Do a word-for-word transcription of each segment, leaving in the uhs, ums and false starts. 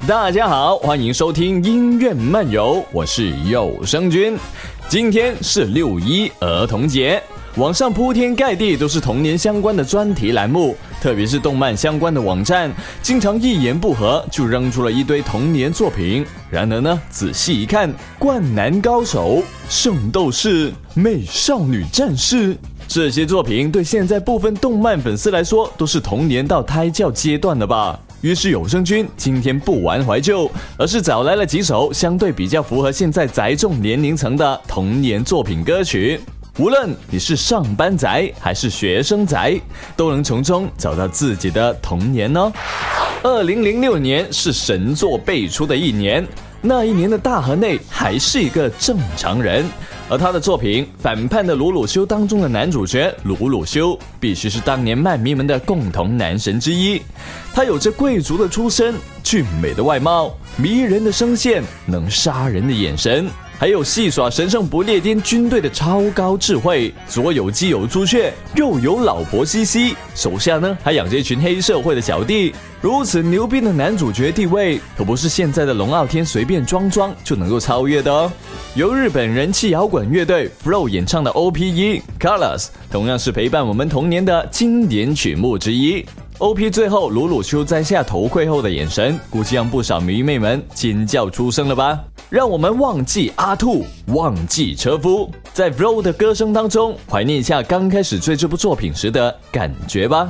大家好，欢迎收听音乐漫游，我是有声君。今天是六一儿童节，网上铺天盖地都是童年相关的专题栏目，特别是动漫相关的网站，经常一言不合就扔出了一堆童年作品。然而呢，仔细一看，灌篮高手、圣斗士、美少女战士，这些作品对现在部分动漫粉丝来说，都是童年到胎教阶段了吧？于是有声君今天不玩怀旧，而是找来了几首相对比较符合现在宅众年龄层的童年作品歌曲。无论你是上班宅还是学生宅，都能从中找到自己的童年哦。二零零六年是神作辈出的一年，那一年的大河内还是一个正常人，而他的作品《反叛的鲁鲁修》当中的男主角鲁鲁修，必须是当年漫迷们的共同男神之一。他有着贵族的出身、俊美的外貌、迷人的声线、能杀人的眼神，还有戏耍神圣不列颠军队的超高智慧。左有基友朱雀，右有老婆西西，手下呢还养着一群黑社会的小弟。如此牛逼的男主角地位，可不是现在的龙傲天随便装装就能够超越的哦。由日本人气摇滚乐队 F L O W 演唱的 O P E Colors， 同样是陪伴我们童年的经典曲目之一。O P 最后鲁鲁修摘下头盔后的眼神，估计让不少迷妹们尖叫出声了吧。让我们忘记阿兔，忘记车夫，在 F L O W 的歌声当中怀念一下刚开始追这部作品时的感觉吧。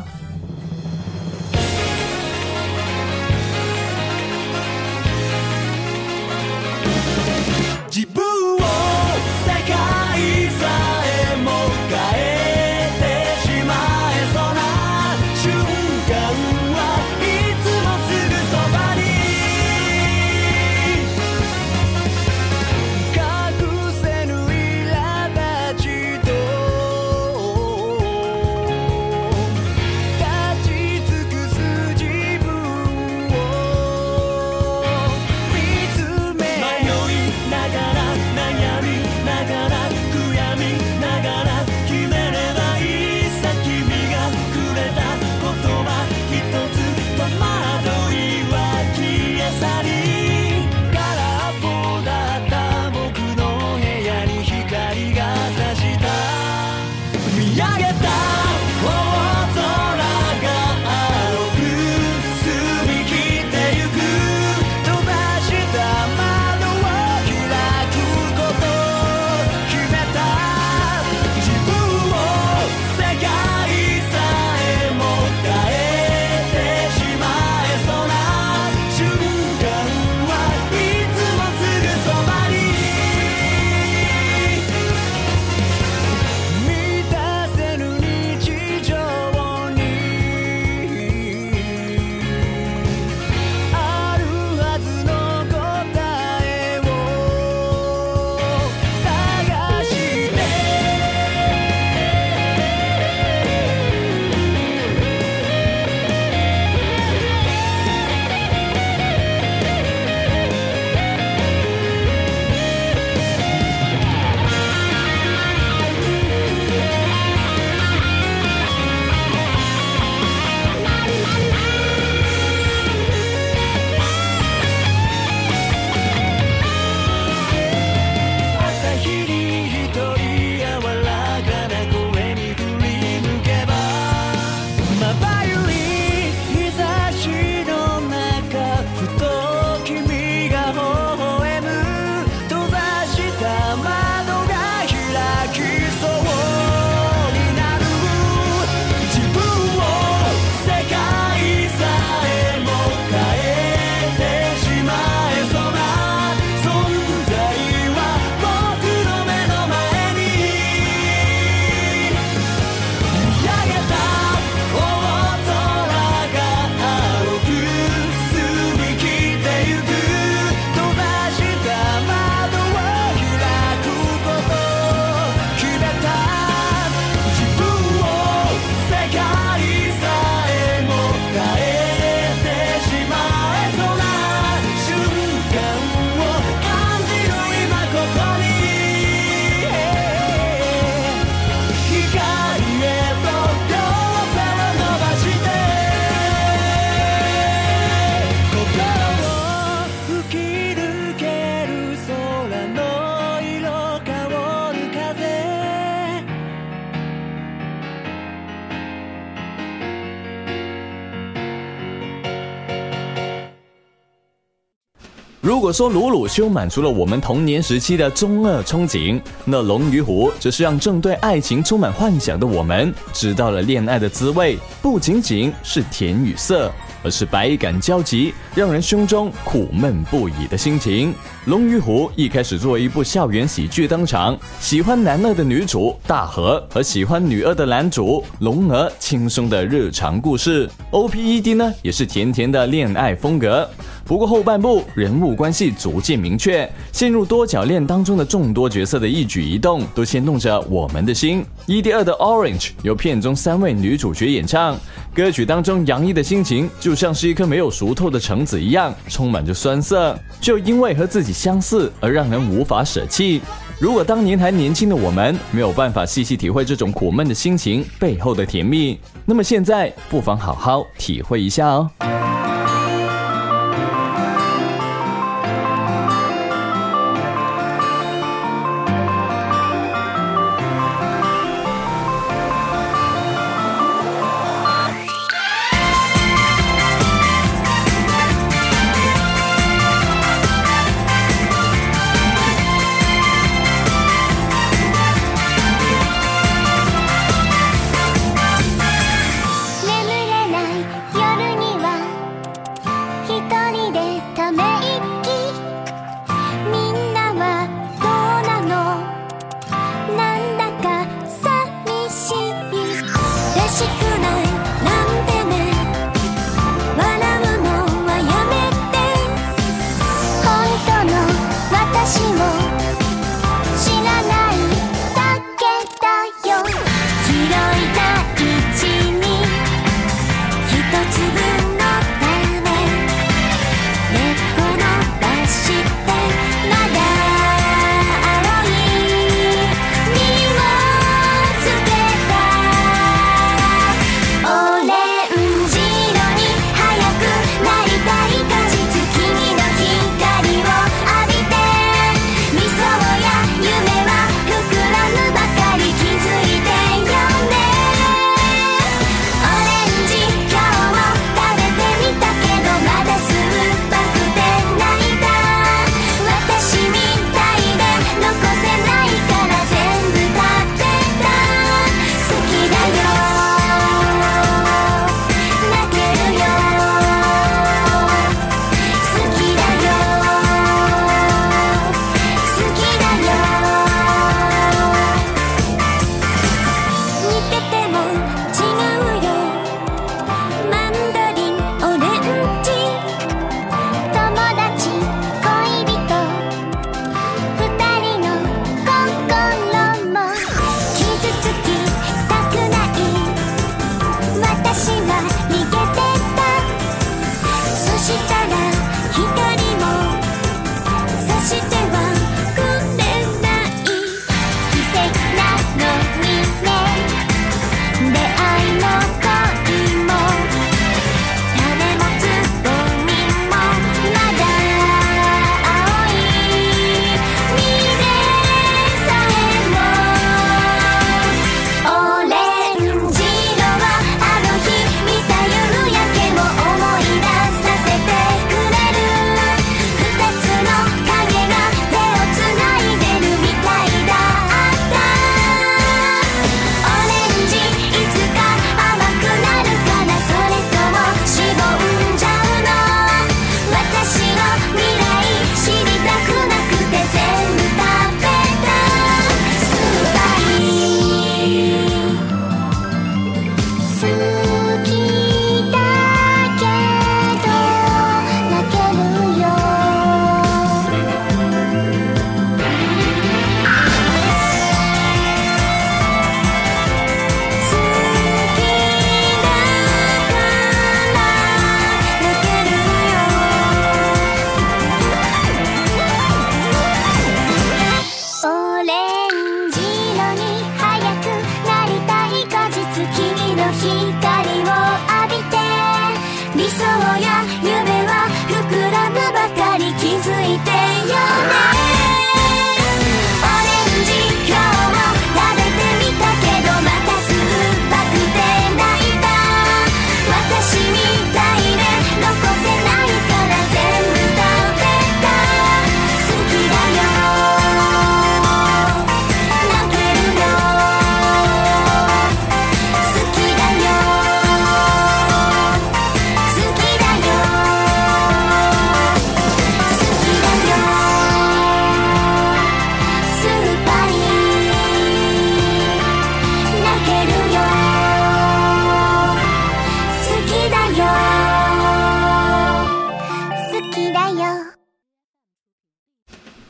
如果说鲁鲁修满足了我们童年时期的中二憧憬，那龙与虎则是让正对爱情充满幻想的我们知道了恋爱的滋味，不仅仅是甜与涩，而是百感交集，让人胸中苦闷不已的心情。龙与虎一开始作为一部校园喜剧登场，喜欢男二的女主大和和喜欢女二的男主龙儿轻松的日常故事 ，O P E D 呢也是甜甜的恋爱风格。不过后半部人物关系逐渐明确，陷入多角恋当中的众多角色的一举一动都牵动着我们的心。E D 二的 Orange 由片中三位女主角演唱，歌曲当中洋溢的心情就像是一颗没有熟透的橙子一样，充满着酸涩，就因为和自己相似而让人无法舍弃。如果当年还年轻的我们没有办法细细体会这种苦闷的心情背后的甜蜜，那么现在不妨好好体会一下哦。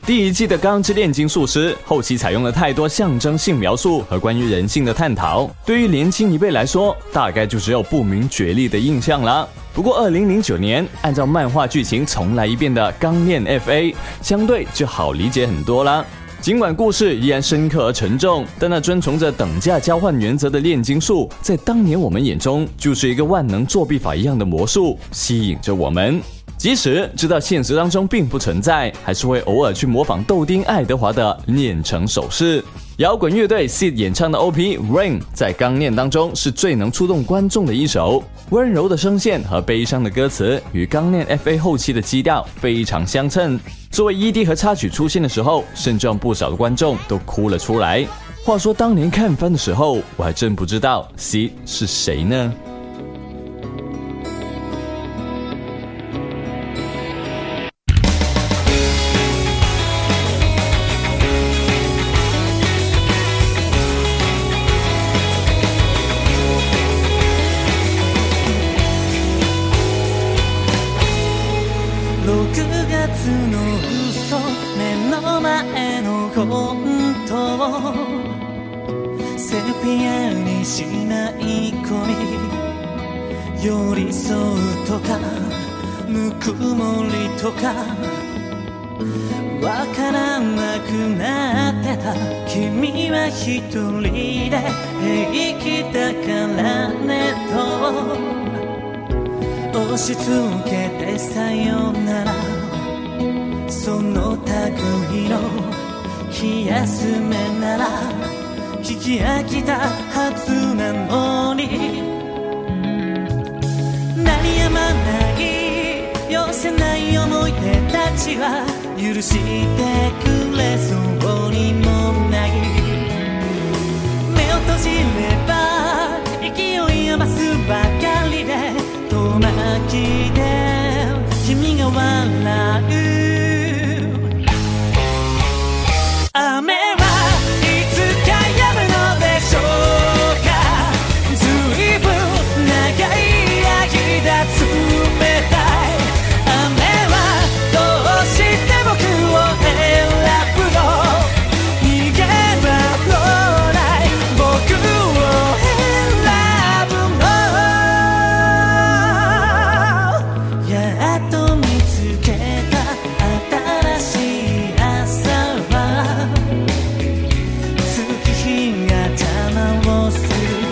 第一季的《钢之炼金术师》后期采用了太多象征性描述和关于人性的探讨，对于年轻一辈来说，大概就只有不明觉厉的印象了。不过二零零九年按照漫画剧情重来一遍的《钢炼 F A》相对就好理解很多啦。尽管故事依然深刻而沉重，但那遵从着等价交换原则的炼金术，在当年我们眼中就是一个万能作弊法一样的魔术，吸引着我们。即使知道现实当中并不存在，还是会偶尔去模仿豆丁爱德华的炼成手势。摇滚乐队 Seed 演唱的 O P Rain 在钢炼当中是最能触动观众的一首，温柔的声线和悲伤的歌词与钢炼 F A 后期的基调非常相称。作为 E D 和插曲出现的时候，甚至让不少的观众都哭了出来。话说当年看番的时候，我还真不知道 Seed 是谁呢。 セピアにしない込み寄り添うとかぬくもりとかわからなくなってた君は一人で平気だからねと押し付けてさよならその類の気休めなら聞き飽きたはずなのに鳴りやまない寄せない思い出たちは許してくれそうにもない目を閉じれば勢い余すばかりで遠巻きで君が笑う雨はいつか止むのでしょうかずいぶん長い間冷たい雨はどうして僕を選ぶの逃げ場のない僕を選ぶのやっと見つけた新しい朝は月日が邪魔をする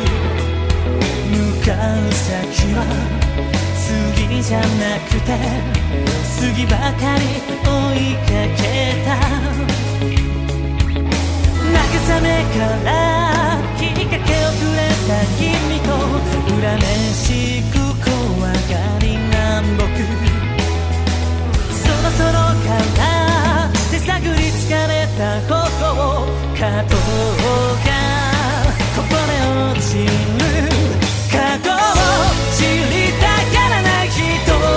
向かう先は次じゃなくて次ばかり追いかけた慰めからきっかけをくれた君と恨めしく怖がりな僕そろそろから手探り疲れた頬角がこぼれ落ちる過去を知りたがらない瞳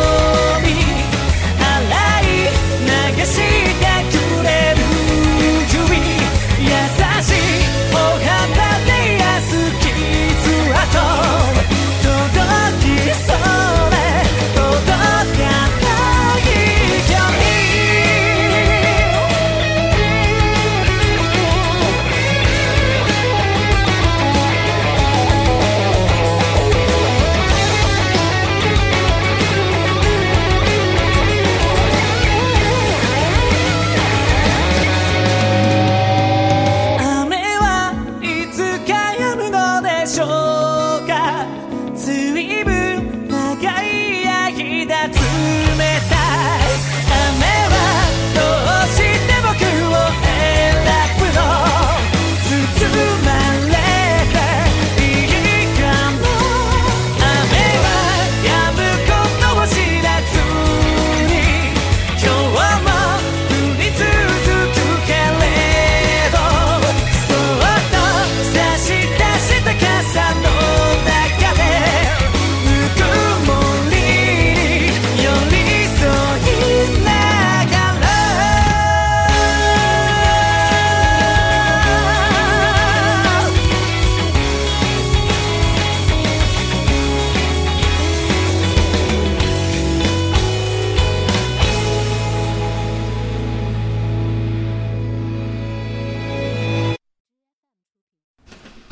洗い流してくれる指優しい歩幅で安傷跡届きそうで届かない距離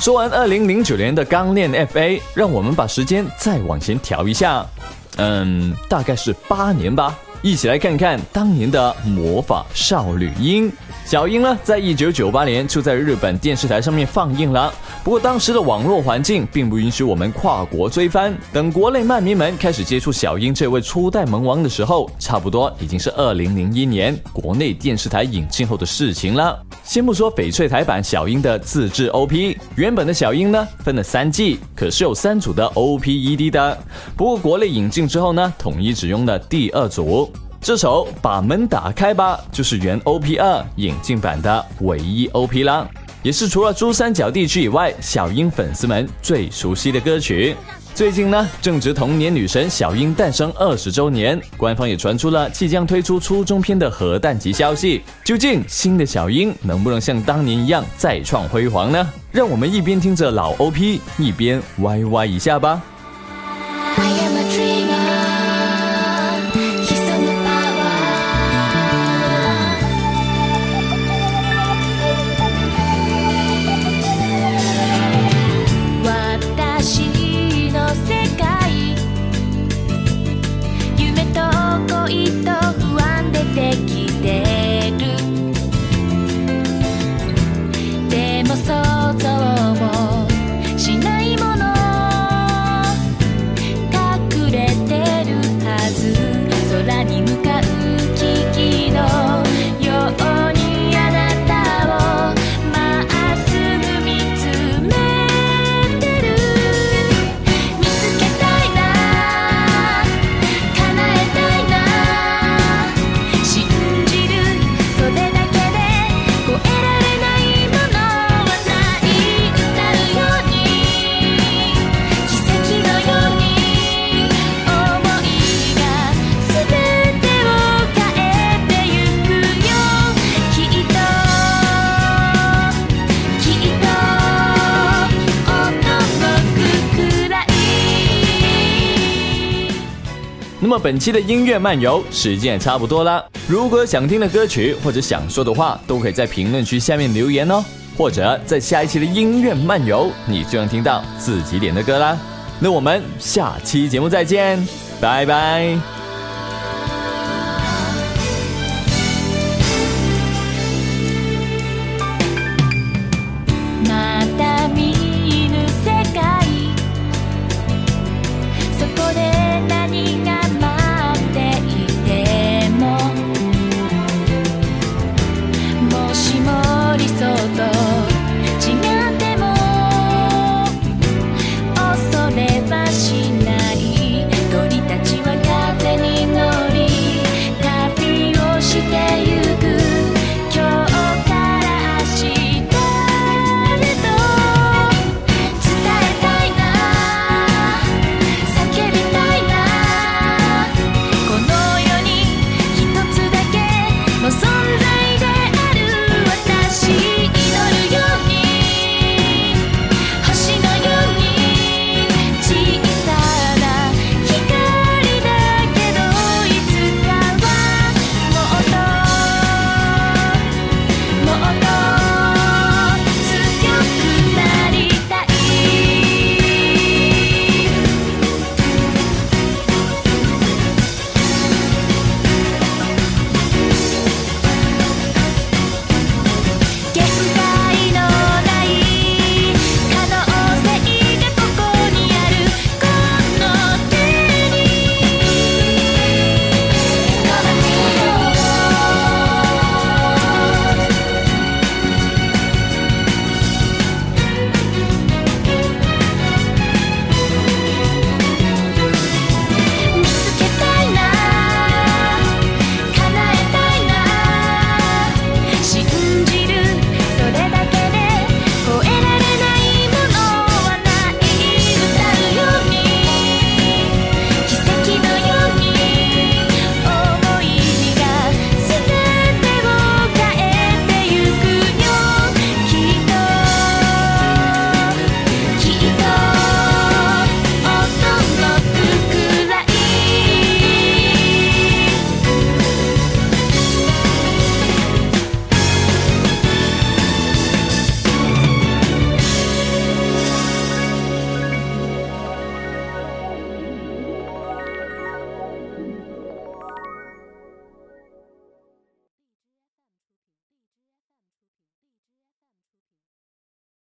说完二零零九年的钢炼 F A， 让我们把时间再往前调一下，嗯，大概是八年吧。一起来看看当年的魔法少女樱。小樱呢，在一九九八年就在日本电视台上面放映了。不过当时的网络环境并不允许我们跨国追番。等国内漫迷们开始接触小樱这位初代萌王的时候，差不多已经是二零零一年国内电视台引进后的事情了。先不说翡翠台版小樱的自制 O P， 原本的小樱呢分了三季，可是有三组的 O P E D 的。不过国内引进之后呢，统一只用了第二组。这首把门打开吧就是原 O P 二 引进版的唯一 O P 啦，也是除了珠三角地区以外小樱粉丝们最熟悉的歌曲。最近呢，正值童年女神小樱诞生二十周年，官方也传出了即将推出初中篇的核弹级消息。究竟新的小樱能不能像当年一样再创辉煌呢？让我们一边听着老 O P， 一边歪歪一下吧。那么本期的音乐漫游时间也差不多了，如果想听的歌曲或者想说的话，都可以在评论区下面留言哦，或者在下一期的音乐漫游，你就能听到自己点的歌啦。那我们下期节目再见，拜拜。